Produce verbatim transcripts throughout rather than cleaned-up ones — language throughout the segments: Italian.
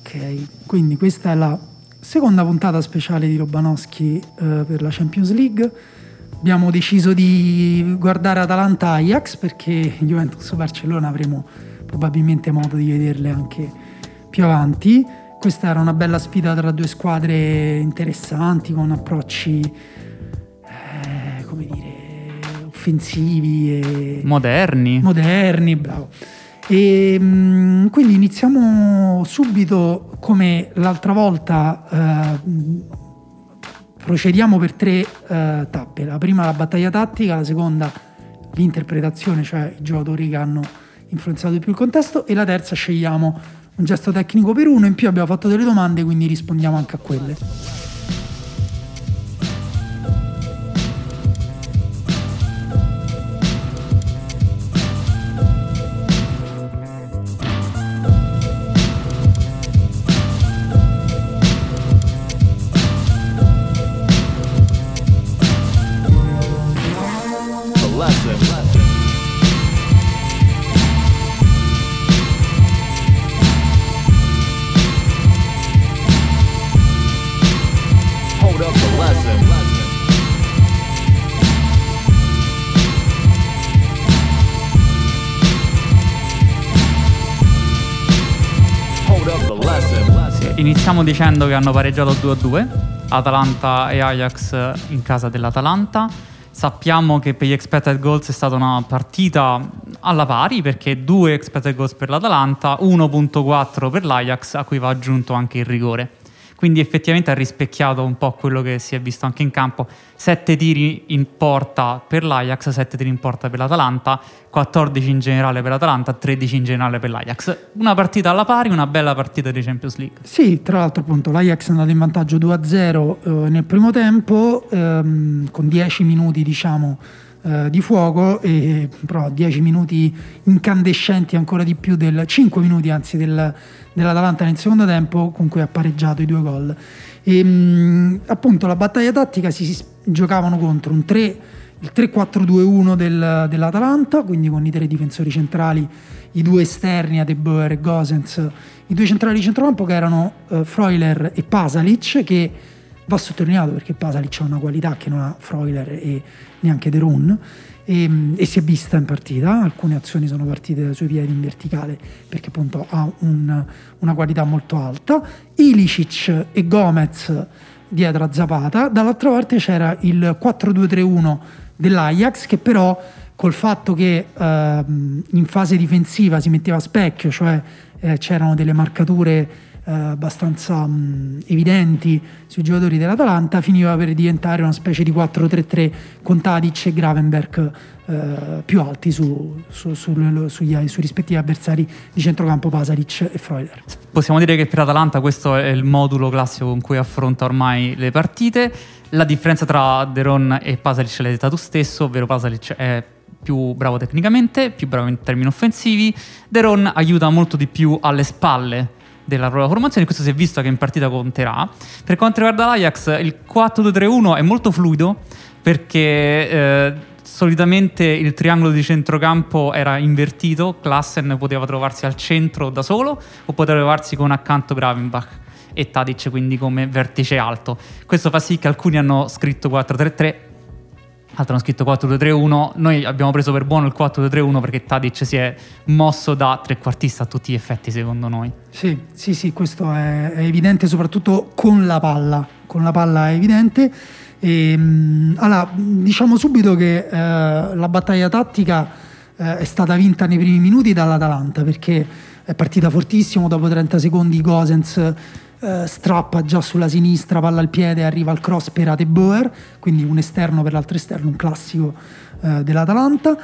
Ok, quindi questa è la seconda puntata speciale di Lobanowski eh, per la Champions League. Abbiamo deciso di guardare Atalanta-Ajax perché Juventus-Barcellona avremo probabilmente modo di vederle anche più avanti. Questa era una bella sfida tra due squadre interessanti, con approcci eh, come dire offensivi e moderni. Moderni, bravo. E mh, quindi iniziamo subito come l'altra volta. Eh, procediamo per tre eh, tappe. La prima la battaglia tattica, la seconda l'interpretazione, cioè i giocatori che hanno influenzato di più il contesto, e la terza scegliamo un gesto tecnico per uno. In più abbiamo fatto delle domande, quindi rispondiamo anche a quelle. Iniziamo dicendo che hanno pareggiato due a due, Atalanta e Ajax in casa dell'Atalanta. Sappiamo che per gli expected goals è stata una partita alla pari, perché due expected goals per l'Atalanta, uno virgola quattro per l'Ajax, a cui va aggiunto anche il rigore. Quindi effettivamente ha rispecchiato un po' quello che si è visto anche in campo. Sette tiri in porta per l'Ajax, sette tiri in porta per l'Atalanta, quattordici in generale per l'Atalanta, tredici in generale per l'Ajax. Una partita alla pari, una bella partita di Champions League. Sì, tra l'altro appunto l'Ajax è andato in vantaggio due a zero eh, nel primo tempo, ehm, con dieci minuti diciamo eh, di fuoco, e però dieci minuti incandescenti ancora di più, del cinque minuti anzi del dell'Atalanta nel secondo tempo, con cui ha pareggiato i due gol. E, mh, appunto la battaglia tattica si, si giocavano contro un tre, il tre quattro due uno del, dell'Atalanta, quindi con i tre difensori centrali, i due esterni Adeboer e Gosens, i due centrali di centrocampo che erano uh, Freuler e Pasalic, che va sottolineato perché Pasalic ha una qualità che non ha Freuler e neanche De Roon. E, e si è vista in partita, alcune azioni sono partite dai suoi piedi in verticale perché appunto ha un, una qualità molto alta. Ilicic e Gomez dietro a Zapata. Dall'altra parte c'era il quattro due tre uno dell'Ajax, che però col fatto che eh, in fase difensiva si metteva a specchio, cioè eh, c'erano delle marcature eh, abbastanza mh, evidenti sui giocatori dell'Atalanta, finiva per diventare una specie di quattro tre tre con Tadic e Gravenberch eh, più alti su, su, su, sugli, sui rispettivi avversari di centrocampo, Pasalic e Freuler. Possiamo dire che per Atalanta questo è il modulo classico con cui affronta ormai le partite. La differenza tra De Roon e Pasalic l'hai detta tu stesso, ovvero Pasalic è più bravo tecnicamente, più bravo in termini offensivi. De Roon aiuta molto di più alle spalle della propria formazione, questo si è visto che in partita conterà. Per quanto riguarda l'Ajax, il quattro due tre uno è molto fluido, perché eh, solitamente il triangolo di centrocampo era invertito, Klaassen poteva trovarsi al centro da solo o poteva trovarsi con accanto Gravenberch e Tadic, quindi come vertice alto. Questo fa sì che alcuni hanno scritto quattro tre tre, altri hanno scritto quattro due tre uno. Noi abbiamo preso per buono il quattro due tre uno perché Tadic si è mosso da trequartista a tutti gli effetti, secondo noi. Sì, sì, sì, questo è, è evidente, soprattutto con la palla. Con la palla è evidente. E, allora, diciamo subito che eh, la battaglia tattica eh, è stata vinta nei primi minuti dall'Atalanta, perché è partita fortissimo. Dopo trenta secondi Gosens Uh, strappa già sulla sinistra, palla al piede, arriva al cross per Adeboer, quindi un esterno per l'altro esterno, un classico uh, dell'Atalanta.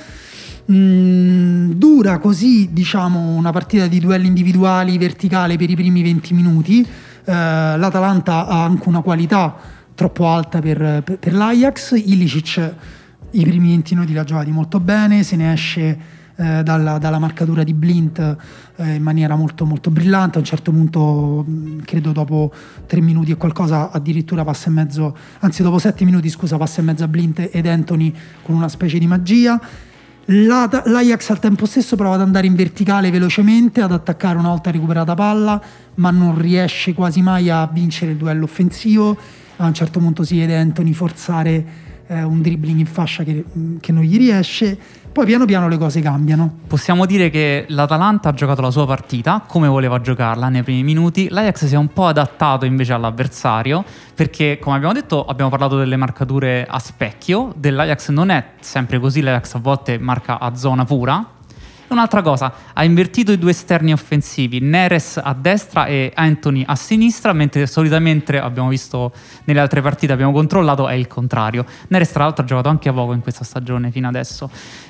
Mm, dura così, diciamo, una partita di duelli individuali verticale per i primi venti minuti. Uh, L'Atalanta ha anche una qualità troppo alta per, per, per l'Ajax. Ilicic i primi venti minuti l'ha giocati molto bene, se ne esce Eh, dalla, dalla marcatura di Blind eh, in maniera molto molto brillante. A un certo punto, mh, credo dopo tre minuti e qualcosa, addirittura passa in mezzo, anzi dopo sette minuti scusa, passa in mezzo a Blind ed Anthony con una specie di magia. La, L'Ajax al tempo stesso prova ad andare in verticale velocemente, ad attaccare una volta recuperata palla, ma non riesce quasi mai a vincere il duello offensivo. A un certo punto si vede Antony forzare eh, un dribbling in fascia che, che non gli riesce. Poi piano piano le cose cambiano. Possiamo dire che l'Atalanta ha giocato la sua partita come voleva giocarla nei primi minuti. L'Ajax si è un po' adattato invece all'avversario, perché come abbiamo detto abbiamo parlato delle marcature a specchio. Dell'Ajax non è sempre così, l'Ajax a volte marca a zona pura. Un'altra cosa, ha invertito i due esterni offensivi, Neres a destra e Antony a sinistra, mentre solitamente abbiamo visto nelle altre partite, abbiamo controllato, è il contrario. Neres tra l'altro ha giocato anche poco in questa stagione fino adesso.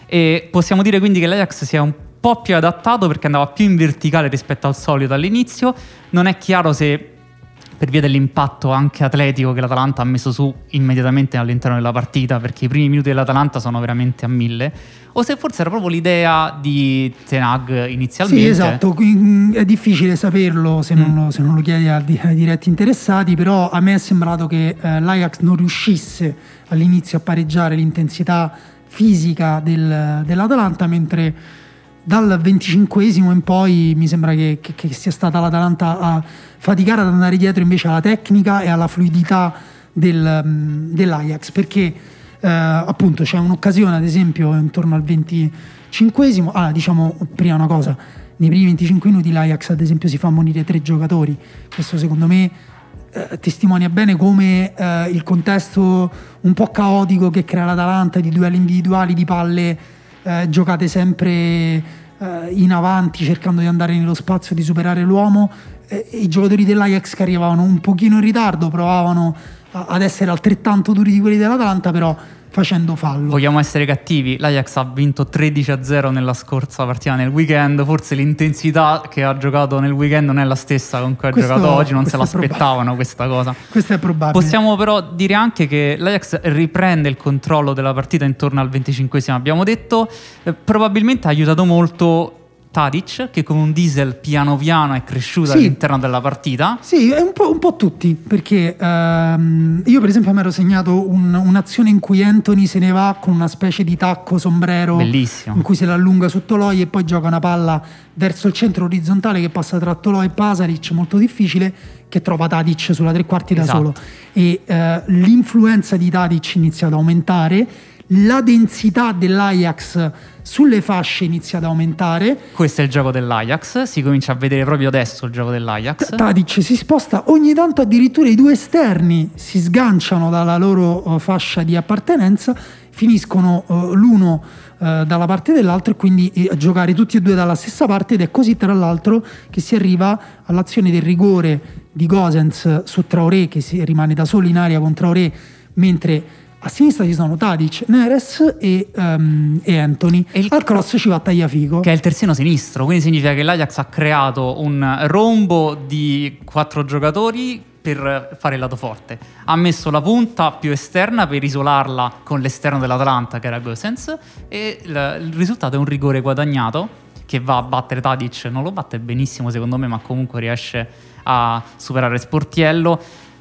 E possiamo dire quindi che l'Ajax si è un po' più adattato perché andava più in verticale rispetto al solito all'inizio. Non è chiaro se per via dell'impatto anche atletico che l'Atalanta ha messo su immediatamente all'interno della partita, perché i primi minuti dell'Atalanta sono veramente a mille, o se forse era proprio l'idea di Ten Hag inizialmente. Sì, esatto, è difficile saperlo se non, mm. lo, se non lo chiedi ai diretti interessati, però a me è sembrato che eh, l'Ajax non riuscisse all'inizio a pareggiare l'intensità fisica del, dell'Atalanta, mentre dal venticinquesimo in poi mi sembra che, che, che sia stata l'Atalanta a faticare ad andare dietro invece alla tecnica e alla fluidità del, dell'Ajax, perché eh, appunto c'è un'occasione ad esempio intorno al venticinquesimo. Ah, diciamo prima una cosa, nei primi venticinque minuti l'Ajax ad esempio si fa ammonire tre giocatori. Questo secondo me eh, testimonia bene come eh, il contesto un po' caotico che crea l'Atalanta, di duelli individuali, di palle Eh, giocate sempre eh, in avanti cercando di andare nello spazio, di superare l'uomo, eh, i giocatori dell'Ajax che arrivavano un pochino in ritardo provavano a, ad essere altrettanto duri di quelli dell'Atalanta, però facendo fallo. Vogliamo essere cattivi, l'Ajax ha vinto tredici a zero nella scorsa partita nel weekend, forse l'intensità che ha giocato nel weekend non è la stessa con cui ha questo, giocato oggi, non se l'aspettavano questa cosa. Questo è probabile. Possiamo però dire anche che l'Ajax riprende il controllo della partita intorno al venticinquesimo, abbiamo detto, eh, probabilmente ha aiutato molto Tadic, che come un diesel piano piano è cresciuto sì. all'interno della partita. Sì, è un po', un po' tutti, perché ehm, io per esempio mi ero segnato un, un'azione in cui Antony se ne va con una specie di tacco sombrero, bellissimo, in cui se l'allunga su Toloi e poi gioca una palla verso il centro orizzontale che passa tra Toloi e Pasalic, molto difficile, che trova Tadic sulla tre quarti da esatto. solo, e eh, l'influenza di Tadic inizia ad aumentare, la densità dell'Ajax sulle fasce inizia ad aumentare. Questo è il gioco dell'Ajax, si comincia a vedere proprio adesso il gioco dell'Ajax. Tadic si sposta, ogni tanto addirittura i due esterni si sganciano dalla loro uh, fascia di appartenenza, finiscono uh, l'uno uh, dalla parte dell'altro e quindi uh, giocare tutti e due dalla stessa parte, ed è così tra l'altro che si arriva all'azione del rigore di Gosens su Traoré, che si rimane da solo in area con Traoré, mentre a sinistra ci sono Tadic, Neres e, um, e Antony. E il, al cross ci va Tagliafico, che è il terzino sinistro, quindi significa che l'Ajax ha creato un rombo di quattro giocatori per fare il lato forte. Ha messo la punta più esterna per isolarla con l'esterno dell'Atalanta, che era Gosens, e il, il risultato è un rigore guadagnato che va a battere Tadic. Non lo batte benissimo secondo me, ma comunque riesce a superare Sportiello.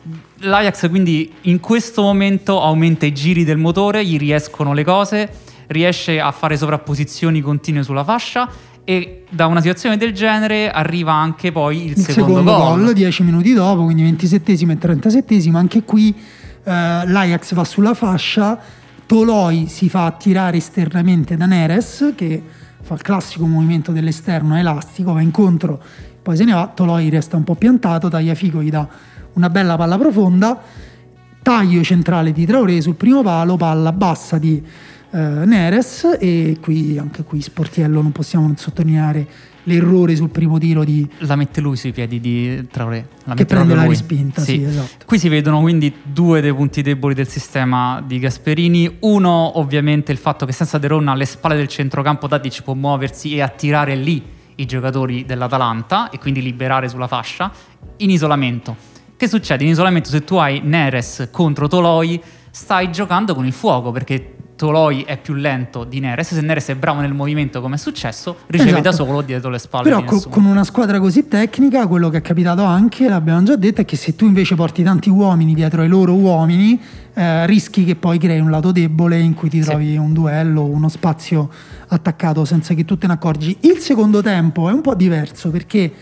L'Ajax quindi in questo momento aumenta i giri del motore, gli riescono le cose, riesce a fare sovrapposizioni continue sulla fascia, e da una situazione del genere arriva anche poi il, il secondo, secondo gol. gol dieci minuti dopo, quindi ventisettesimo e trentasettesimo. Anche qui eh, l'Ajax va sulla fascia, Toloi si fa attirare esternamente da Neres, che fa il classico movimento dell'esterno elastico, va incontro, poi se ne va. Toloi resta un po' piantato, Tagliafico gli dà una bella palla profonda, taglio centrale di Traoré sul primo palo, palla bassa di eh, Neres, e qui anche qui Sportiello non possiamo non sottolineare l'errore sul primo tiro di... La mette lui sui piedi di Traoré, la che mette prende la lui. respinta, sì. Sì, esatto. Qui si vedono quindi due dei punti deboli del sistema di Gasperini. Uno ovviamente il fatto che senza De Ron alle spalle del centrocampo Tadic può muoversi e attirare lì i giocatori dell'Atalanta e quindi liberare sulla fascia in isolamento. Che succede? In isolamento, se tu hai Neres contro Toloi, stai giocando con il fuoco, perché Toloi è più lento di Neres, se Neres è bravo nel movimento come è successo, riceve esatto. da solo dietro le spalle. Però co- con una squadra così tecnica, quello che è capitato anche, l'abbiamo già detto, è che se tu invece porti tanti uomini dietro ai loro uomini, eh, rischi che poi crei un lato debole in cui ti trovi sì. un duello, uno spazio attaccato senza che tu te ne accorgi. Il secondo tempo è un po' diverso, perché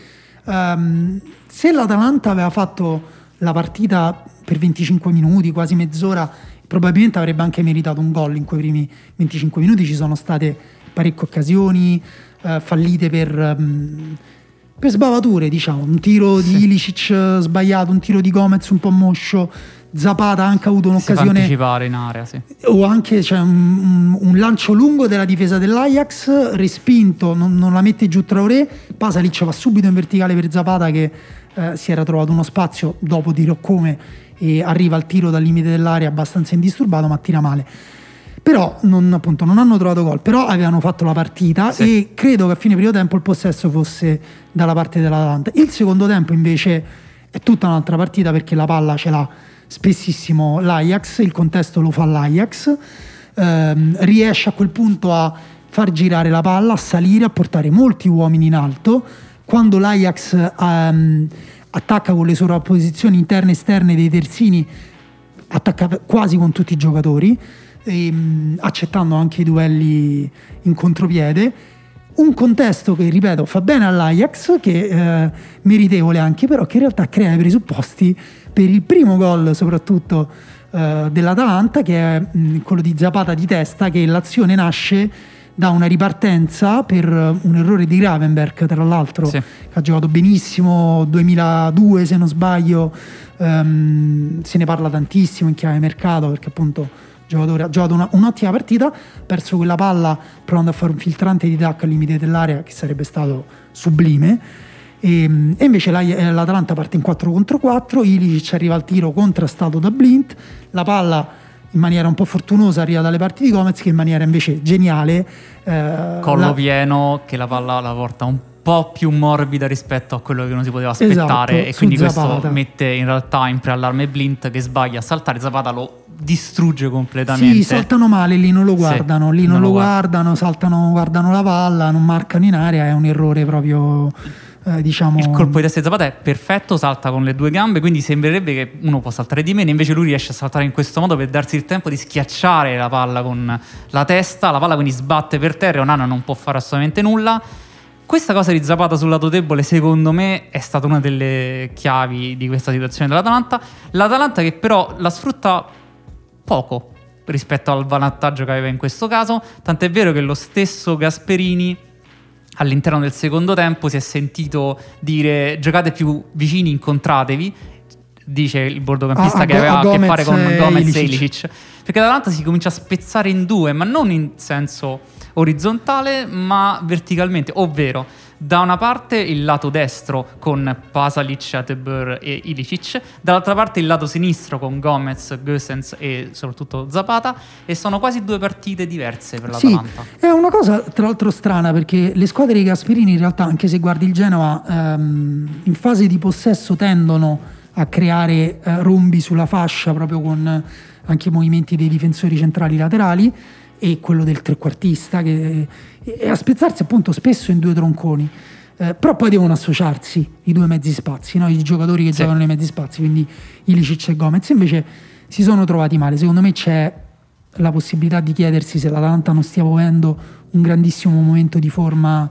um, se l'Atalanta aveva fatto la partita per venticinque minuti, quasi mezz'ora, probabilmente avrebbe anche meritato un gol in quei primi venticinque minuti. Ci sono state parecchie occasioni eh, fallite per, um, per sbavature, diciamo, un tiro di Ilicic sbagliato, un tiro di Gomez un po' moscio, Zapata ha anche avuto un'occasione, si fa anticipare in area, sì. o anche cioè, un, un lancio lungo della difesa dell'Ajax respinto, non, non la mette giù Traoré, Pasalic va subito in verticale per Zapata che eh, si era trovato uno spazio, dopo dirò come, e arriva al tiro dal limite dell'area abbastanza indisturbato, ma tira male. Però non, appunto, non hanno trovato gol, però avevano fatto la partita sì. e credo che a fine primo tempo il possesso fosse dalla parte dell'Atalanta. Il secondo tempo invece è tutta un'altra partita, perché la palla ce l'ha spessissimo l'Ajax, il contesto lo fa l'Ajax, ehm, riesce a quel punto a far girare la palla, a salire, a portare molti uomini in alto. Quando l'Ajax ehm, attacca con le sovrapposizioni interne e esterne dei terzini, attacca quasi con tutti i giocatori, ehm, accettando anche i duelli in contropiede. Un contesto che, ripeto, fa bene all'Ajax, che è eh, meritevole anche, però che in realtà crea i presupposti per il primo gol soprattutto eh, dell'Atalanta, che è mh, quello di Zapata di testa, che l'azione nasce da una ripartenza per un errore di Gravenberch, tra l'altro, sì. che ha giocato benissimo, duemiladue se non sbaglio, ehm, se ne parla tantissimo in chiave mercato, perché appunto giocatore ha giocato una, un'ottima partita, perso quella palla provando a fare un filtrante di tacco al limite dell'area che sarebbe stato sublime, e, e invece la, l'Atalanta parte in quattro contro quattro, Ilicic arriva al tiro contrastato da Blind, la palla in maniera un po' fortunosa arriva dalle parti di Gomez, che in maniera invece geniale eh, collo la... pieno, che la palla la porta un po' più morbida rispetto a quello che uno si poteva aspettare, esatto, e quindi questo Zapata. Mette in realtà in preallarme Blind, che sbaglia a saltare, Zapata lo distrugge completamente. Sì, saltano male, lì non lo guardano, sì, lì non, non lo guardano, guardano, saltano, guardano la palla, non marcano in area, è un errore proprio... Eh, diciamo... Il colpo di testa di Zapata è perfetto, salta con le due gambe, quindi sembrerebbe che uno può saltare di meno, invece lui riesce a saltare in questo modo per darsi il tempo di schiacciare la palla con la testa, la palla quindi sbatte per terra e Onana non può fare assolutamente nulla. Questa cosa di Zapata sul lato debole secondo me è stata una delle chiavi di questa situazione dell'Atalanta, l'Atalanta che però la sfrutta poco rispetto al vantaggio che aveva in questo caso, tant'è vero che lo stesso Gasperini all'interno del secondo tempo si è sentito dire giocate più vicini, incontratevi, dice il bordocampista ah, che aveva a che fare con Gomez e Ilicic, perché l'Atalanta si comincia a spezzare in due, ma non in senso orizzontale ma verticalmente, ovvero da una parte il lato destro con Pasalic, Atebur e Ilicic, dall'altra parte il lato sinistro con Gomez, Gosens e soprattutto Zapata, e sono quasi due partite diverse per l'Atalanta. Sì, è una cosa tra l'altro strana, perché le squadre di Gasperini in realtà, anche se guardi il Genoa, ehm, in fase di possesso tendono a creare eh, rombi sulla fascia, proprio con anche i movimenti dei difensori centrali laterali e quello del trequartista, che e a spezzarsi appunto spesso in due tronconi, eh, però poi devono associarsi i due mezzi spazi, no? I giocatori che sì. giocano nei mezzi spazi, quindi Ilicic e Gomez invece si sono trovati male. Secondo me c'è la possibilità di chiedersi se l'Atalanta non stia vivendo un grandissimo momento di forma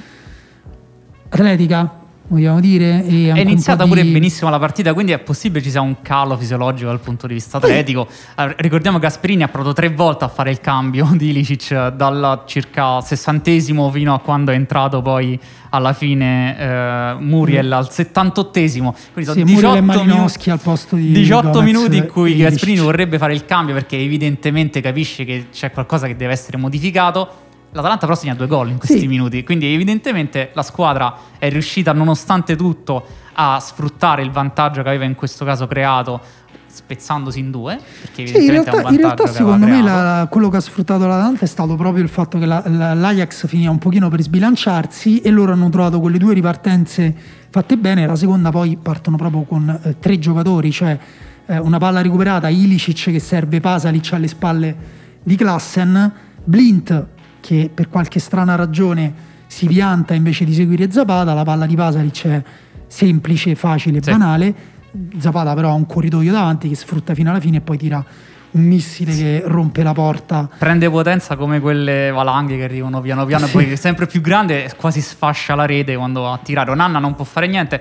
atletica, vogliamo dire, e è iniziata di... pure benissimo la partita, quindi è possibile ci sia un calo fisiologico dal punto di vista atletico. Allora, ricordiamo che Gasperini ha provato tre volte a fare il cambio di Ilicic dal circa sessantesimo fino a quando è entrato poi alla fine eh, Muriel mm. al settantottesimo, quindi sono sì, diciotto, minuti, al posto di diciotto Gomez minuti in cui Ilicic. Gasperini vorrebbe fare il cambio perché evidentemente capisce che c'è qualcosa che deve essere modificato. L'Atalanta però segna due gol in questi sì. minuti, quindi evidentemente la squadra è riuscita nonostante tutto a sfruttare il vantaggio che aveva in questo caso creato, spezzandosi in due, perché sì, in realtà, è un vantaggio in realtà che secondo me creato. la, quello che ha sfruttato l'Atalanta è stato proprio il fatto che la, la, l'Ajax finiva un pochino per sbilanciarsi e loro hanno trovato quelle due ripartenze fatte bene. La seconda poi partono proprio con eh, tre giocatori, cioè eh, una palla recuperata, Ilicic che serve Pasalic alle spalle di Klaassen, Blind che per qualche strana ragione si pianta invece di seguire Zapata, la palla di Pasalic è semplice, facile, sì. banale, Zapata però ha un corridoio davanti che sfrutta fino alla fine e poi tira un missile sì. che rompe la porta, prende potenza come quelle valanghe che arrivano piano piano sì. e poi sempre più grande quasi sfascia la rete quando va a tirare. Onana non può fare niente.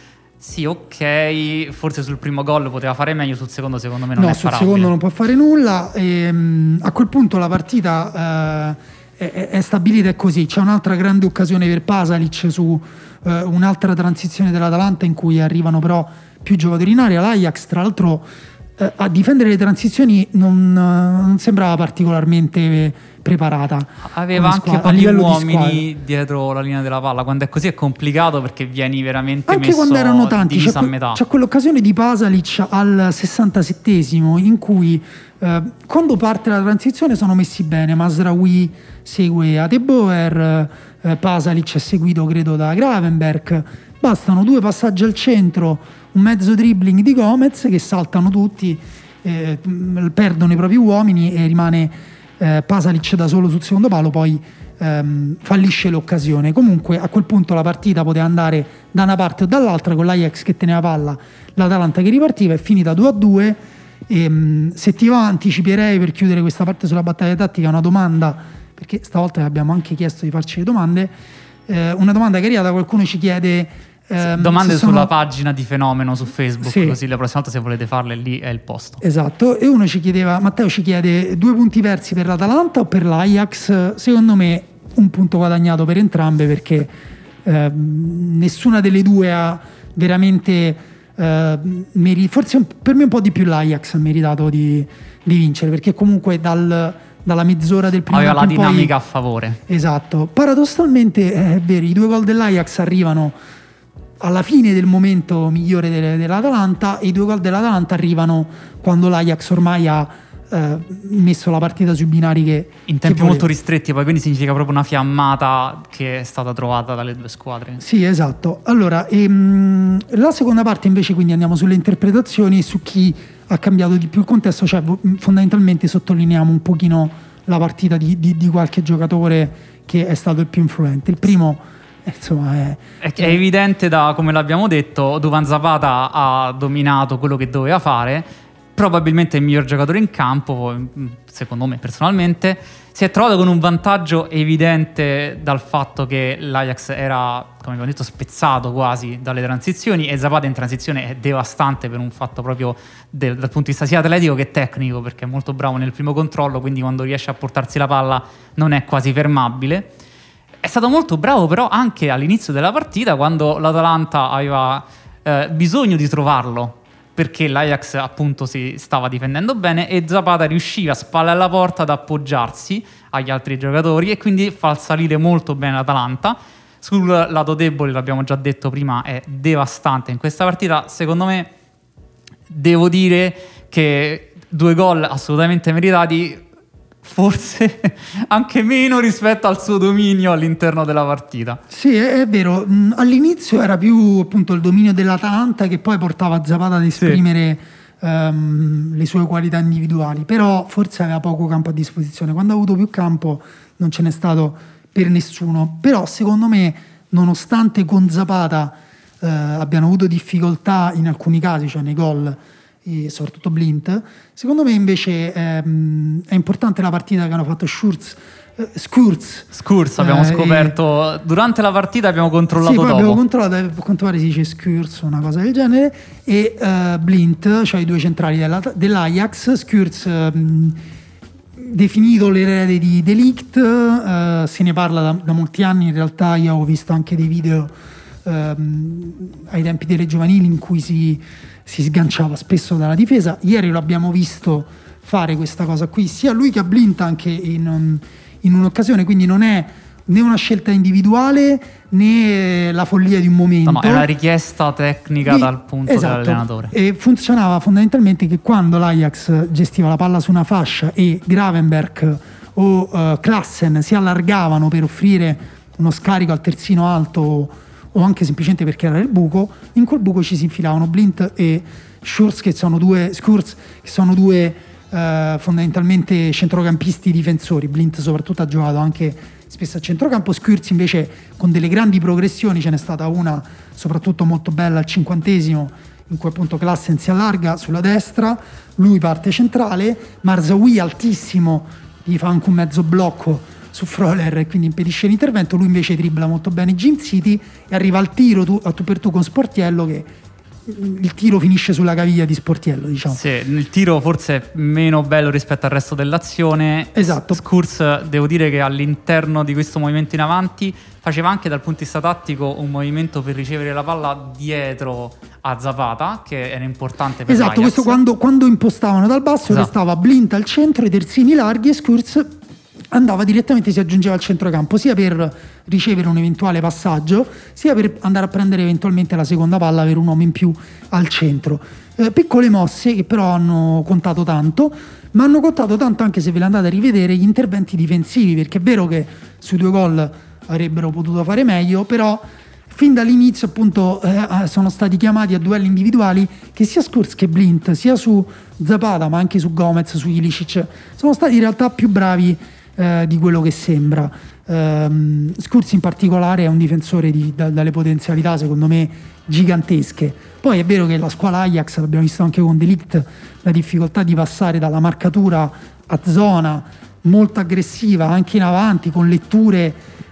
Sì, ok, forse sul primo gol poteva fare meglio, sul secondo secondo me non no, è sul parabile. secondo non può fare nulla e, um, a quel punto la partita uh, è, è stabilita è così. C'è un'altra grande occasione per Pasalic su uh, un'altra transizione dell'Atalanta in cui arrivano però più giocatori in area. L'Ajax tra l'altro uh, a difendere le transizioni non, uh, non sembrava particolarmente preparata, aveva anche squadra, pochi uomini dietro la linea della palla. Quando è così è complicato perché vieni veramente anche messo quando erano tanti. C'è, c'è, que- c'è quell'occasione di Pasalic al sessantasettesimo in cui eh, quando parte la transizione sono messi bene, Mazraoui segue Adeboer, eh, Pasalic è seguito credo da Gravenberch, bastano due passaggi al centro, un mezzo dribbling di Gomez che saltano tutti, eh, perdono i propri uomini e rimane Eh, Pasalic da solo sul secondo palo, poi ehm, fallisce l'occasione. Comunque a quel punto la partita poteva andare da una parte o dall'altra, con l'Ajax che teneva palla, l'Atalanta che ripartiva. È finita due a due e, mh, se ti va anticiperei per chiudere questa parte sulla battaglia tattica una domanda, perché stavolta abbiamo anche chiesto di farci le domande, eh, una domanda che è arrivata, qualcuno ci chiede ehm, domande sono... sulla pagina di Fenomeno su Facebook, sì. così la prossima volta se volete farle lì è il posto. Esatto, e uno ci chiedeva, Matteo ci chiede due punti persi per l'Atalanta o per l'Ajax? Secondo me un punto guadagnato per entrambe, perché eh, nessuna delle due ha veramente eh, meri- forse un, per me un po' di più l'Ajax ha meritato di, di vincere, perché comunque dal dalla mezz'ora del primo tempo aveva la dinamica poi, a favore. Esatto, paradossalmente è vero, i due gol dell'Ajax arrivano alla fine del momento migliore de- dell'Atalanta e i due gol dell'Atalanta arrivano quando l'Ajax ormai ha eh, messo la partita sui binari che in tempi che molto ristretti, poi quindi significa proprio una fiammata che è stata trovata dalle due squadre. Sì, esatto. Allora, ehm, la seconda parte invece, quindi andiamo sulle interpretazioni e su chi ha cambiato di più il contesto, cioè fondamentalmente sottolineiamo un pochino la partita di, di, di qualche giocatore che è stato il più influente. Il primo insomma è, è, è evidente, da come l'abbiamo detto, Duvan Zapata ha dominato quello che doveva fare, probabilmente il miglior giocatore in campo, secondo me personalmente. Si è trovato con un vantaggio evidente dal fatto che l'Ajax era, come abbiamo detto, spezzato quasi dalle transizioni, e Zapata in transizione è devastante per un fatto proprio del, dal punto di vista sia atletico che tecnico, perché è molto bravo nel primo controllo, quindi quando riesce a portarsi la palla non è quasi fermabile. È stato molto bravo però anche all'inizio della partita, quando l'Atalanta aveva eh, bisogno di trovarlo, perché l'Ajax appunto si stava difendendo bene e Zapata riusciva a spalle alla porta ad appoggiarsi agli altri giocatori e quindi far salire molto bene l'Atalanta. Sul lato debole, l'abbiamo già detto prima, è devastante in questa partita. Secondo me devo dire che due gol assolutamente meritati, forse anche meno rispetto al suo dominio all'interno della partita. Sì, è, è vero, all'inizio era più appunto il dominio dell'Atalanta che poi portava Zapata ad esprimere sì. um, le sue qualità individuali, però forse aveva poco campo a disposizione. Quando ha avuto più campo non ce n'è stato per nessuno, però secondo me, nonostante con Zapata uh, abbiano avuto difficoltà in alcuni casi, cioè nei gol e soprattutto Blind, secondo me invece ehm, è importante la partita che hanno fatto Schurz, eh, Skurz Skurz abbiamo eh, scoperto e... durante la partita abbiamo controllato sì, poi dopo abbiamo controllato, a quanto pare si dice Skurz, una cosa del genere, e uh, Blind, cioè i due centrali della, dell'Ajax. Skurz um, definito l'erede di De Ligt, uh, se ne parla da, da molti anni, in realtà io ho visto anche dei video um, ai tempi delle giovanili in cui si si sganciava spesso dalla difesa. Ieri lo abbiamo visto fare questa cosa qui sia lui che a Blind anche in, in un'occasione, quindi non è né una scelta individuale né la follia di un momento, no, no, è una richiesta tecnica e, dal punto esatto, dell'allenatore, e funzionava fondamentalmente che quando l'Ajax gestiva la palla su una fascia e Gravenberch o uh, Klaassen si allargavano per offrire uno scarico al terzino alto o anche semplicemente perché era il buco, in quel buco ci si infilavano Blind e Schurz, che sono due, Skurz, che sono due eh, fondamentalmente centrocampisti difensori. Blint soprattutto ha giocato anche spesso a centrocampo. Squirz invece con delle grandi progressioni, ce n'è stata una soprattutto molto bella al cinquantesimo in cui appunto Klassen si allarga sulla destra, lui parte centrale, Marzaoui altissimo gli fa anche un mezzo blocco su Freuler e quindi impedisce l'intervento, lui invece dribbla molto bene Jim City e arriva al tiro tu, a tu per tu con Sportiello, che il tiro finisce sulla caviglia di Sportiello, diciamo. Sì, il tiro forse è meno bello rispetto al resto dell'azione. Esatto. Skurz, devo dire che all'interno di questo movimento in avanti faceva anche dal punto di vista tattico un movimento per ricevere la palla dietro a Zapata, che era importante per esatto, l'Ajax. questo quando, quando impostavano dal basso, esatto, restava Blint al centro, i terzini larghi e Skurz andava direttamente, si aggiungeva al centrocampo sia per ricevere un eventuale passaggio sia per andare a prendere eventualmente la seconda palla, avere un uomo in più al centro. Eh, piccole mosse che però hanno contato tanto, ma hanno contato tanto anche se ve le andate a rivedere gli interventi difensivi, perché è vero che sui due gol avrebbero potuto fare meglio, però fin dall'inizio appunto eh, sono stati chiamati a duelli individuali che sia Skurz che Blint, sia su Zapata ma anche su Gomez, su Ilicic, sono stati in realtà più bravi Eh, di quello che sembra. Um, Skurz in particolare è un difensore di, da, dalle potenzialità secondo me gigantesche. Poi è vero che la squadra Ajax, l'abbiamo visto anche con De Ligt, la difficoltà di passare dalla marcatura a zona molto aggressiva anche in avanti con letture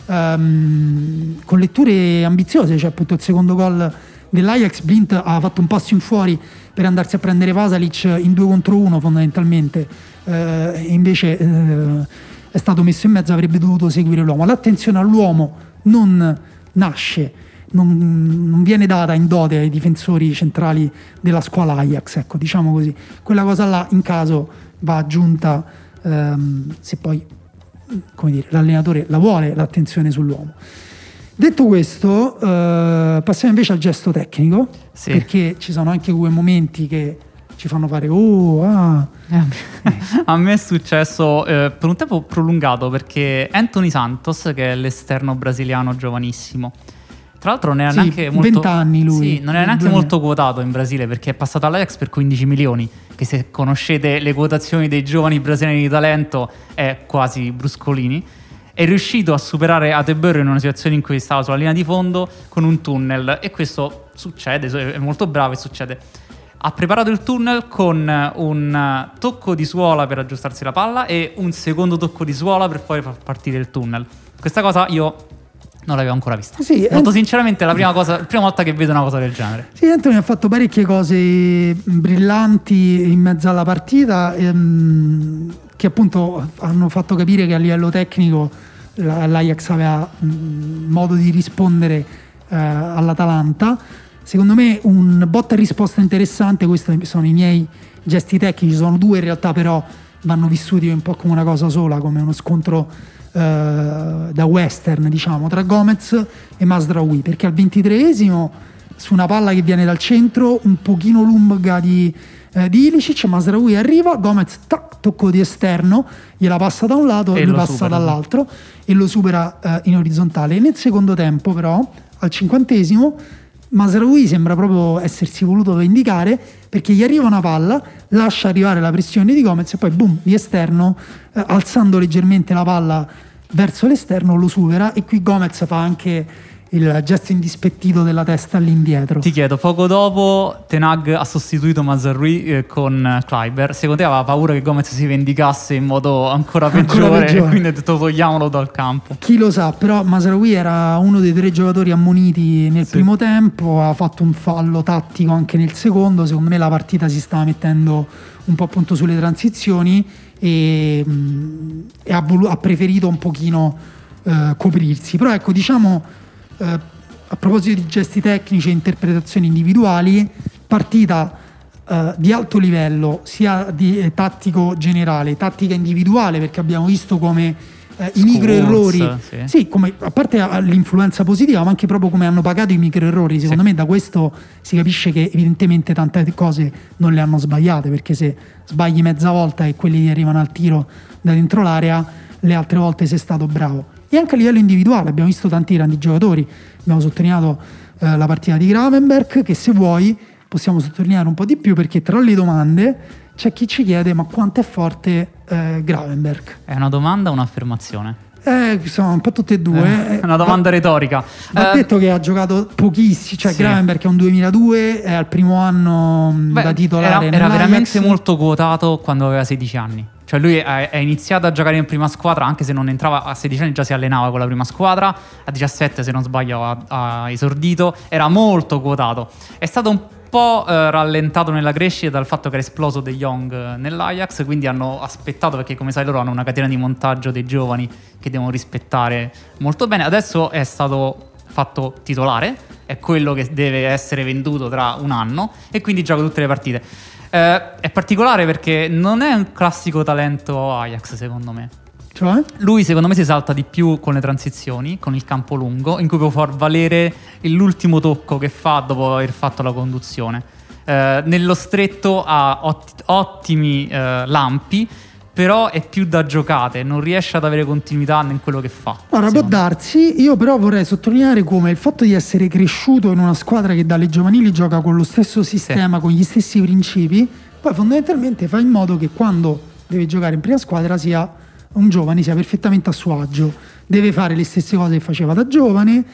um, con letture ambiziose, cioè appunto il secondo gol dell'Ajax, Blint ha fatto un passo in fuori per andarsi a prendere Pasalic in due contro uno fondamentalmente, eh, e invece eh, è stato messo in mezzo, avrebbe dovuto seguire l'uomo. L'attenzione all'uomo non nasce, non, non viene data in dote ai difensori centrali della squadra Ajax, ecco, diciamo così. Quella cosa là in caso va aggiunta ehm, se poi, come dire, l'allenatore la vuole l'attenzione sull'uomo. Detto questo, eh, passiamo invece al gesto tecnico, sì, perché ci sono anche quei momenti che ci fanno fare oh, ah. A me è successo eh, per un tempo prolungato, perché Anthony Santos, che è l'esterno brasiliano giovanissimo, tra l'altro non era sì, neanche molto venti anni lui, sì, non era neanche molto quotato in Brasile, perché è passato all'Ajax per quindici milioni, che se conoscete le quotazioni dei giovani brasiliani di talento è quasi bruscolini. È riuscito a superare Atebero in una situazione in cui stava sulla linea di fondo con un tunnel, e questo succede, è molto bravo e succede. Ha preparato il tunnel con un tocco di suola per aggiustarsi la palla e un secondo tocco di suola per poi far partire il tunnel. Questa cosa io non l'avevo ancora vista. Sì, molto Ant- sinceramente è la prima, cosa, la prima volta che vedo una cosa del genere. Sì, Anthony ha fatto parecchie cose brillanti in mezzo alla partita, ehm, che appunto hanno fatto capire che a livello tecnico la, l'Ajax aveva un modo di rispondere eh, all'Atalanta. Secondo me un botta e risposta interessante. Questi sono i miei gesti tecnici, sono due in realtà, però vanno vissuti un po' come una cosa sola, come uno scontro eh, da western, diciamo, tra Gomez e Mazraoui, perché al ventitreesimo su una palla che viene dal centro un pochino lunga di, eh, di Ilicic, Mazraoui arriva, Gomez tac, tocco di esterno, gliela passa da un lato e, e lui passa supera dall'altro e lo supera eh, in orizzontale. E nel secondo tempo però, al cinquantesimo, Mazraoui sembra proprio essersi voluto vendicare, perché gli arriva una palla, lascia arrivare la pressione di Gomez e poi boom, di esterno, eh, alzando leggermente la palla verso l'esterno, lo supera, e qui Gomez fa anche il gesto indispettito della testa all'indietro. Ti chiedo, poco dopo Ten Hag ha sostituito Mazraoui eh, con Kleiber. Secondo te aveva paura che Gomez si vendicasse in modo ancora peggiore, ancora peggiore. E quindi ha detto togliamolo dal campo? Chi lo sa, però Mazraoui era uno dei tre giocatori ammoniti nel sì. primo tempo, ha fatto un fallo tattico anche nel secondo. Secondo me la partita si stava mettendo un po' appunto sulle transizioni e, mh, e ha, volu- ha preferito un pochino eh, coprirsi. Però ecco, diciamo, Uh, a proposito di gesti tecnici e interpretazioni individuali, partita uh, di alto livello, sia di eh, tattico generale, tattica individuale, perché abbiamo visto come uh, i micro errori, sì. sì, come, a parte l'influenza positiva, ma anche proprio come hanno pagato i micro errori. Secondo sì. me da questo si capisce che evidentemente tante cose non le hanno sbagliate, perché se sbagli mezza volta e quelli ti arrivano al tiro da dentro l'area, le altre volte sei stato bravo. E anche a livello individuale abbiamo visto tanti grandi giocatori. Abbiamo sottolineato eh, la partita di Gravenberch, che se vuoi possiamo sottolineare un po' di più, perché tra le domande c'è chi ci chiede ma quanto è forte eh, Gravenberch? È una domanda o un'affermazione? Eh, sono un po' tutte e due. Eh, una domanda va, retorica. Va eh, detto che ha giocato pochissimo, cioè sì. Gravenberch è un duemiladue, è al primo anno Beh, da titolare. Era, era veramente molto quotato quando aveva sedici anni. Cioè lui è iniziato a giocare in prima squadra, anche se non entrava a sedici anni, già si allenava con la prima squadra, a diciassette se non sbaglio ha, ha esordito, era molto quotato. È stato un po' eh, rallentato nella crescita dal fatto che era esploso De Jong nell'Ajax, quindi hanno aspettato, perché come sai loro hanno una catena di montaggio dei giovani che devono rispettare molto bene. Adesso è stato fatto titolare, è quello che deve essere venduto tra un anno e quindi gioca tutte le partite. Eh, è particolare perché non è un classico talento Ajax, secondo me. Cioè? Lui secondo me si salta di più con le transizioni, con il campo lungo, in cui può far valere l'ultimo tocco che fa dopo aver fatto la conduzione. Eh, nello stretto ha ott- ottimi eh, lampi, però è più da giocate, non riesce ad avere continuità in quello che fa. Ora può darsi, io però vorrei sottolineare come il fatto di essere cresciuto in una squadra che dalle giovanili gioca con lo stesso sistema, sì. con gli stessi principi, poi fondamentalmente fa in modo che quando deve giocare in prima squadra sia un giovane, sia perfettamente a suo agio, deve fare le stesse cose che faceva da giovane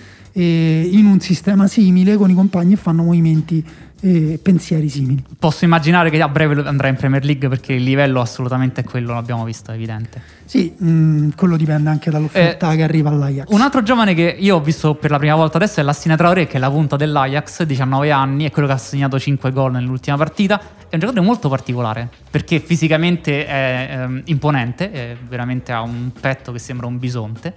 e in un sistema simile con i compagni e fanno movimenti e pensieri simili. Posso immaginare che a breve andrà in Premier League perché il livello assolutamente è quello, l'abbiamo visto, è evidente. Sì, mh, quello dipende anche dall'offerta eh, che arriva all'Ajax. Un altro giovane che io ho visto per la prima volta adesso è Lassina Traoré, che è la punta dell'Ajax, diciannove anni, è quello che ha segnato cinque gol nell'ultima partita. È un giocatore molto particolare perché fisicamente è ehm, imponente, è veramente ha un petto che sembra un bisonte,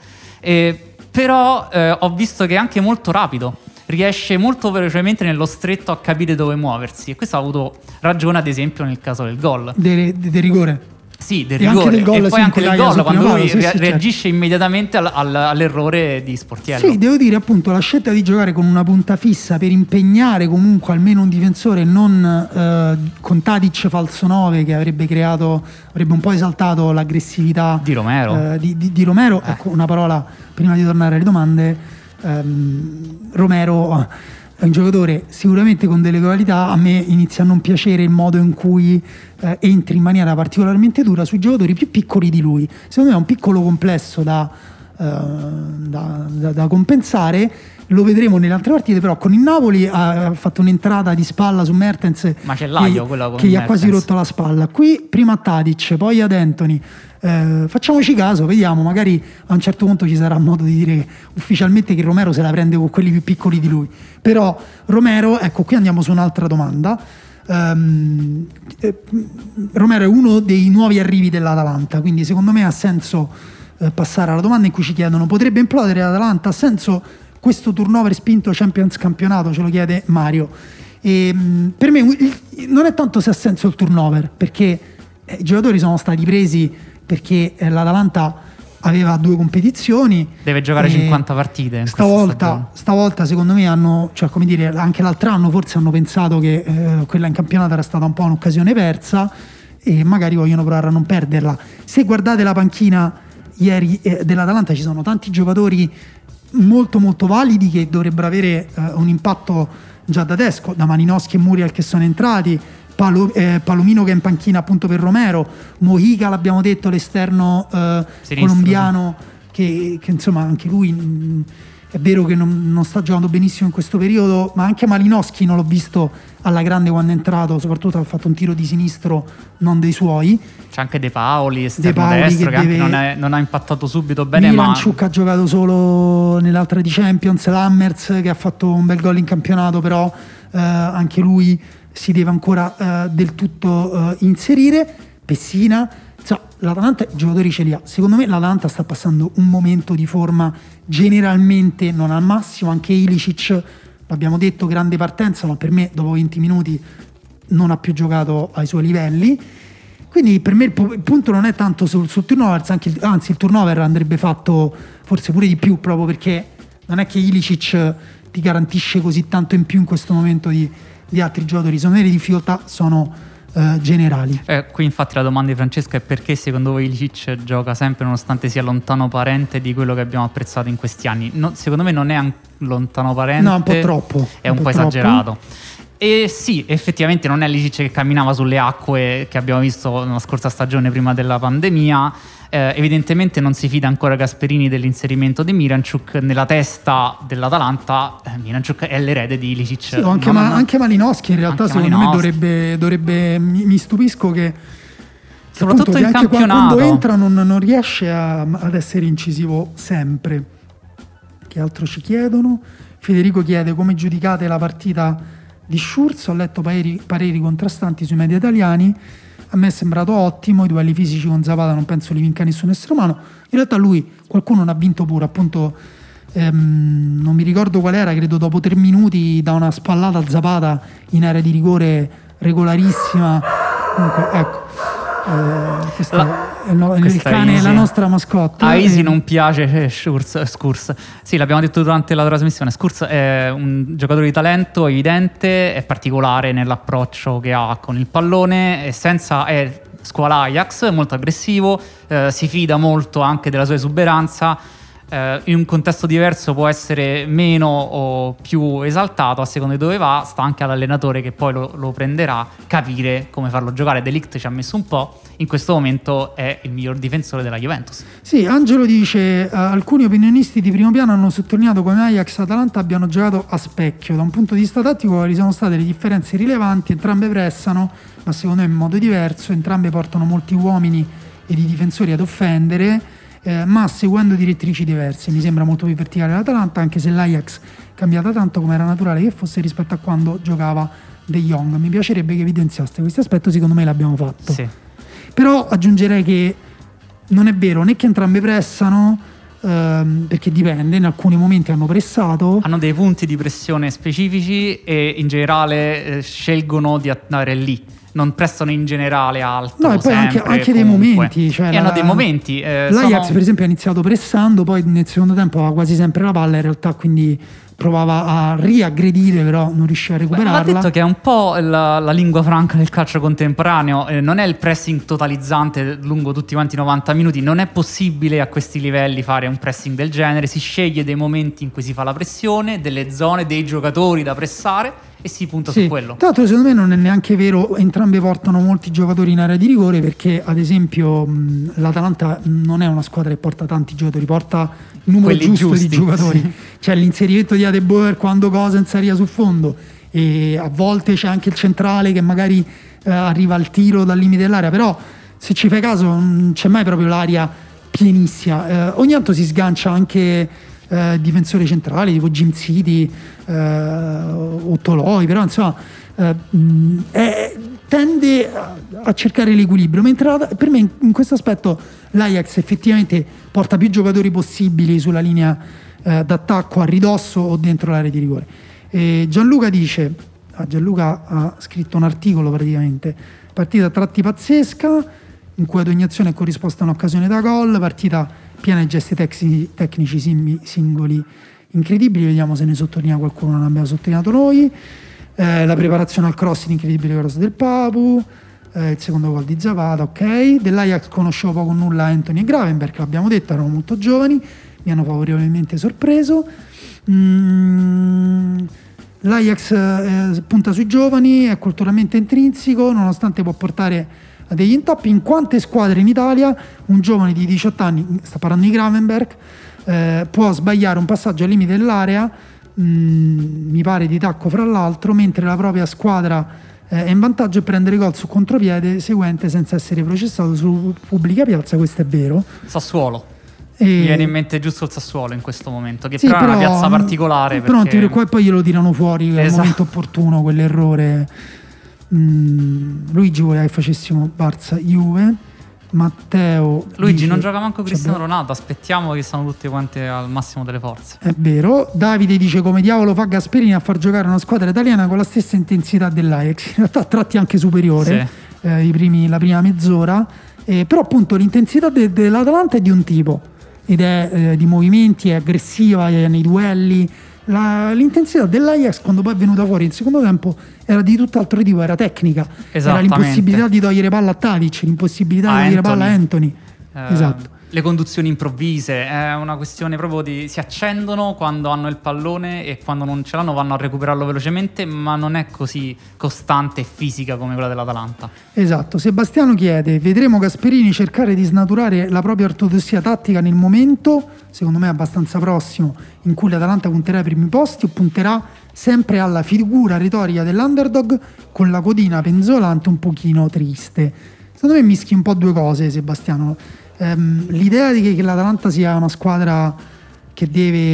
e, però eh, ho visto che è anche molto rapido. Riesce molto velocemente nello stretto a capire dove muoversi, e questo ha avuto ragione ad esempio nel caso del gol del de, de rigore. Sì, del rigore, anche del gol, e poi sì, anche del gol quando lui sì, re- sì, reagisce certo. immediatamente al, al, all'errore di Sportiello. Sì, devo dire appunto la scelta di giocare con una punta fissa per impegnare comunque almeno un difensore, non eh, con Tadic falso nove che avrebbe creato, avrebbe un po' esaltato l'aggressività di Romero. Eh, di, di, di Romero. Eh. Ecco, una parola prima di tornare alle domande. Um, Romero è un giocatore sicuramente con delle qualità. A me inizia a non piacere il modo in cui eh, entri in maniera particolarmente dura sui giocatori più piccoli di lui. Secondo me è un piccolo complesso da, uh, da, da, da compensare. Lo vedremo nelle altre partite, però con il Napoli ha fatto un'entrata di spalla su Mertens macellaio, che, che gli ha quasi rotto la spalla. Qui prima a Tadic, poi ad Anthony. Eh, facciamoci caso, vediamo, magari a un certo punto ci sarà modo di dire ufficialmente che Romero se la prende con quelli più piccoli di lui. Però Romero, ecco, qui andiamo su un'altra domanda. Um, eh, Romero è uno dei nuovi arrivi dell'Atalanta, quindi secondo me ha senso eh, passare alla domanda in cui ci chiedono: potrebbe implodere l'Atalanta? Ha senso questo turnover spinto Champions campionato? Ce lo chiede Mario. E, mh, per me il, non è tanto se ha senso il turnover, perché eh, i giocatori sono stati presi perché l'Atalanta aveva due competizioni, deve giocare cinquanta partite stavolta, stavolta secondo me hanno, cioè come dire, anche l'altro anno forse hanno pensato che eh, quella in campionato era stata un po' un'occasione persa e magari vogliono provare a non perderla. Se guardate la panchina ieri eh, dell'Atalanta ci sono tanti giocatori molto molto validi che dovrebbero avere eh, un impatto già da adesso, da Malinowski e Muriel che sono entrati, Palo, eh, Palomino che è in panchina appunto per Romero, Mojica l'abbiamo detto, l'esterno eh, colombiano che, che insomma anche lui mh, è vero che non, non sta giocando benissimo in questo periodo, ma anche Malinowski non l'ho visto alla grande quando è entrato, soprattutto ha fatto un tiro di sinistro non dei suoi. C'è anche De Paoli, esterno destro, che, che anche deve... non, è, non ha impattato subito bene. Milanchuk ma... ha giocato solo nell'altra di Champions, Lammers che ha fatto un bel gol in campionato, però eh, anche lui si deve ancora eh, del tutto eh, inserire. Pessina, insomma, l'Atalanta i giocatori ce li ha. Secondo me l'Atalanta sta passando un momento di forma generalmente non al massimo. Anche Ilicic, l'abbiamo detto, grande partenza, ma per me dopo venti minuti non ha più giocato ai suoi livelli. Quindi per me il, po- il punto non è tanto sul, sul turnover, anche il, anzi il turnover andrebbe fatto forse pure di più, proprio perché non è che Ilicic ti garantisce così tanto in più in questo momento di, di altri giocatori. Secondo me le difficoltà sono eh, generali. Eh, qui infatti la domanda di Francesco è: perché secondo voi Ilicic gioca sempre nonostante sia lontano parente di quello che abbiamo apprezzato in questi anni? No, secondo me non è un lontano parente, no, un po' troppo, è un, un po' po' esagerato. E sì, effettivamente non è Lisic che camminava sulle acque che abbiamo visto nella scorsa stagione prima della pandemia. Eh, evidentemente non si fida ancora Gasperini dell'inserimento di Miranchuk nella testa dell'Atalanta. eh, Miranchuk è l'erede di Lisic. Sì, anche, ma, anche Malinowski in realtà secondo Malinowski. me dovrebbe, dovrebbe mi, mi stupisco che soprattutto appunto, in anche campionato quando entra non, non riesce a, ad essere incisivo sempre. Che altro ci chiedono? Federico chiede come giudicate la partita di Schurz. Ho letto pareri, pareri contrastanti sui media italiani. A me è sembrato ottimo, i duelli fisici con Zapata non penso li vinca nessun essere umano. In realtà lui, qualcuno ne ha vinto pure, appunto, ehm, non mi ricordo qual era, credo dopo tre minuti da una spallata a Zapata in area di rigore regolarissima. Comunque, ecco, eh, questo la, è il, il cane è la nostra mascotte. A Isi e... non piace Schurz, Schurz. Sì, l'abbiamo detto durante la trasmissione, Schurz è un giocatore di talento evidente, è particolare nell'approccio che ha con il pallone, e senza è scuola Ajax, molto aggressivo, eh, si fida molto anche della sua esuberanza. Eh, in un contesto diverso può essere meno o più esaltato a seconda di dove va, sta anche all'allenatore che poi lo, lo prenderà capire come farlo giocare. De Ligt ci ha messo un po', in questo momento è il miglior difensore della Juventus. Sì, Angelo dice uh, alcuni opinionisti di primo piano hanno sottolineato come Ajax e Atalanta abbiano giocato a specchio. Da un punto di vista tattico ci sono state le differenze rilevanti, entrambe pressano ma secondo me in modo diverso, entrambe portano molti uomini ed i difensori ad offendere, Eh, ma seguendo direttrici diverse. Mi sembra molto più verticale l'Atalanta, anche se l'Ajax è cambiata tanto come era naturale che fosse rispetto a quando giocava De Jong. Mi piacerebbe che evidenziaste questo aspetto, secondo me l'abbiamo fatto. Sì. Però aggiungerei che non è vero né che entrambe pressano, ehm, perché dipende, in alcuni momenti hanno pressato. Hanno dei punti di pressione specifici e in generale eh, scelgono di andare lì. Non prestano in generale alto. No, e poi sempre, anche, anche dei momenti. Cioè e la, hanno dei momenti. Eh, L'Ajax, sono... per esempio, ha iniziato pressando, poi nel secondo tempo aveva quasi sempre la palla, in realtà, quindi provava a riaggredire, però non riusciva a recuperarla. Beh, va detto che è un po' la, la lingua franca del calcio contemporaneo, eh, non è il pressing totalizzante lungo tutti quanti i novanta minuti, non è possibile a questi livelli fare un pressing del genere, si sceglie dei momenti in cui si fa la pressione, delle zone, dei giocatori da pressare e si punta sì. su quello. Tra l'altro secondo me non è neanche vero, entrambe portano molti giocatori in area di rigore, perché ad esempio mh, l'Atalanta non è una squadra che porta tanti giocatori, porta il numero Quelli giusto giusti, di giocatori. Sì. C'è l'inserimento di Adeboer quando Gosens arriva sul fondo, e a volte c'è anche il centrale che magari eh, arriva al tiro dal limite dell'area, però se ci fai caso non c'è mai proprio l'area pienissima. Eh, ogni tanto si sgancia anche eh, difensori centrali tipo Jim City eh, o Toloi, però insomma eh, mh, è, tende a, a cercare l'equilibrio, mentre la, per me in, in questo aspetto l'Ajax effettivamente porta più giocatori possibili sulla linea eh, d'attacco, a ridosso o dentro l'area di rigore. E Gianluca dice, ah, Gianluca ha scritto un articolo praticamente, partita a tratti pazzesca in cui ad ogni azione è corrisposta un'occasione da gol, partita piena di gesti tecnici, tecnici simili, singoli incredibili, vediamo se ne sottolinea qualcuno, non abbiamo sottolineato noi. Eh, la preparazione al cross, l'incredibile cross del Papu, eh, il secondo gol di Zapata, ok. Dell'Ajax conoscevo poco o nulla Anthony e Gravenberch, l'abbiamo detto, erano molto giovani, mi hanno favorevolmente sorpreso. Mm, l'Ajax eh, punta sui giovani, è culturalmente intrinseco, nonostante può portare a degli intoppi. In quante squadre in Italia un giovane di diciotto anni, sta parlando di Gravenberch, eh, può sbagliare un passaggio al limite dell'area, mh, mi pare di tacco fra l'altro, mentre la propria squadra eh, è in vantaggio, e prendere gol su contropiede seguente senza essere processato su pubblica piazza. Questo è vero. Sassuolo. E... mi viene in mente giusto il Sassuolo in questo momento, che sì, però, però è una piazza particolare, però perché... poi, poi glielo tirano fuori al esatto. momento opportuno quell'errore. mm, Luigi voleva che facessimo Barça-Juve. Matteo Luigi dice, non gioca manco Cristiano vabbè, Ronaldo, aspettiamo che siano tutte quante al massimo delle forze. è vero. Davide dice come diavolo fa Gasperini a far giocare una squadra italiana con la stessa intensità dell'Ajax, in realtà a tratti anche superiore, sì. eh, i primi, la prima mezz'ora, eh, però appunto l'intensità de- dell'Atalanta è di un tipo, ed è eh, di movimenti, è aggressiva, è nei duelli. La, l'intensità dell'Ajax quando poi è venuta fuori in secondo tempo era di tutt'altro tipo, era tecnica, era l'impossibilità di togliere palla a Tadic, l'impossibilità a di togliere Anthony. palla a Anthony, eh, esatto. Le conduzioni improvvise, è una questione proprio di si accendono quando hanno il pallone e quando non ce l'hanno vanno a recuperarlo velocemente, ma non è così costante e fisica come quella dell'Atalanta. Esatto. Sebastiano chiede: vedremo Gasperini cercare di snaturare la propria ortodossia tattica nel momento, secondo me abbastanza prossimo, in cui l'Atalanta punterà ai primi posti, o punterà sempre alla figura retorica dell'underdog con la codina penzolante un pochino triste? Secondo me mischi un po' due cose, Sebastiano. Um, l'idea di che, che l'Atalanta sia una squadra che deve,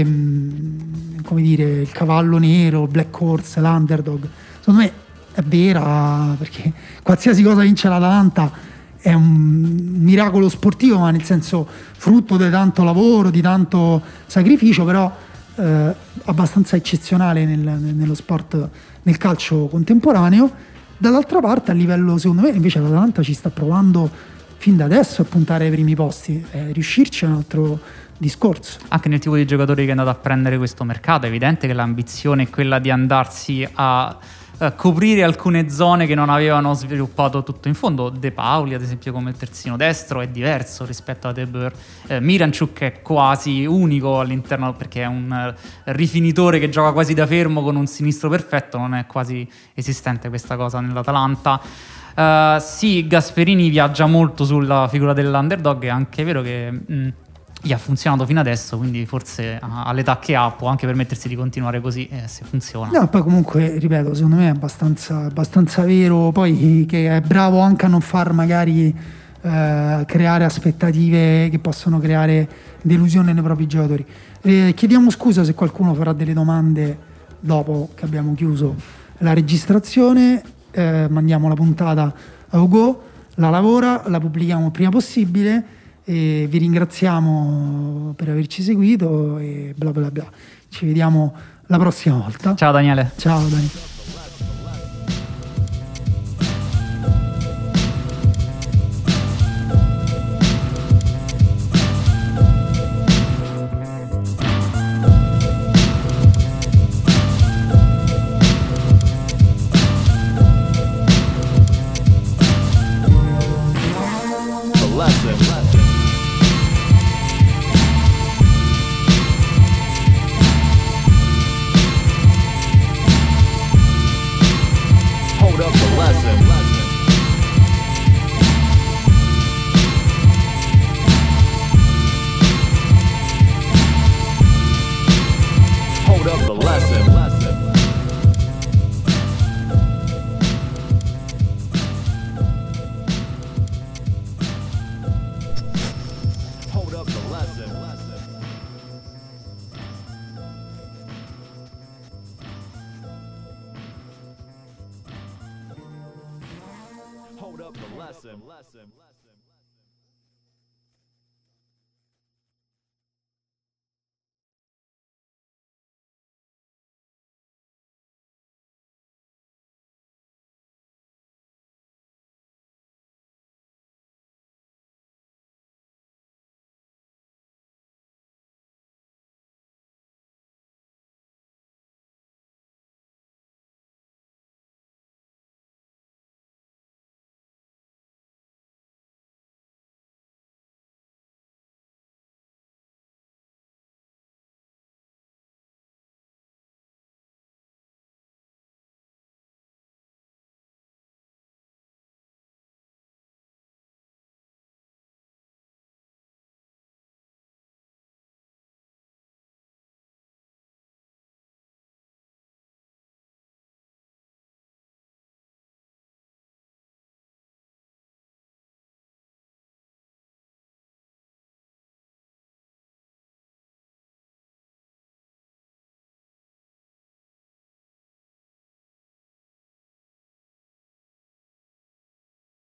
um, come dire, il cavallo nero, il black horse, l'underdog, secondo me è vera, perché qualsiasi cosa vince l'Atalanta è un miracolo sportivo, ma nel senso frutto di tanto lavoro, di tanto sacrificio, però eh, abbastanza eccezionale nel, nello sport, nel calcio contemporaneo. Dall'altra parte, a livello, secondo me, invece l'Atalanta ci sta provando fin da adesso a puntare ai primi posti, eh, riuscirci è un altro discorso. Anche nel tipo di giocatori che è andato a prendere questo mercato è evidente che l'ambizione è quella di andarsi a uh, coprire alcune zone che non avevano sviluppato tutto in fondo. De Pauli, ad esempio, come il terzino destro è diverso rispetto a De Boer. eh, Miranchuk è quasi unico all'interno, perché è un uh, rifinitore che gioca quasi da fermo con un sinistro perfetto, non è quasi esistente questa cosa nell'Atalanta. Uh, sì, Gasperini viaggia molto sulla figura dell'underdog, è anche vero che mh, gli ha funzionato fino adesso, quindi forse uh, all'età che ha può anche permettersi di continuare così, eh, se funziona. No, poi comunque, ripeto, secondo me è abbastanza, abbastanza vero, poi che è bravo anche a non far magari eh, creare aspettative che possono creare delusione nei propri giocatori. Eh, chiediamo scusa se qualcuno farà delle domande dopo che abbiamo chiuso la registrazione. Eh, mandiamo la puntata a Ugo, la lavora, la pubblichiamo il prima possibile e vi ringraziamo per averci seguito e bla bla bla. Ci vediamo la prossima volta. Ciao Daniele. Ciao Dani. Hold up the lesson.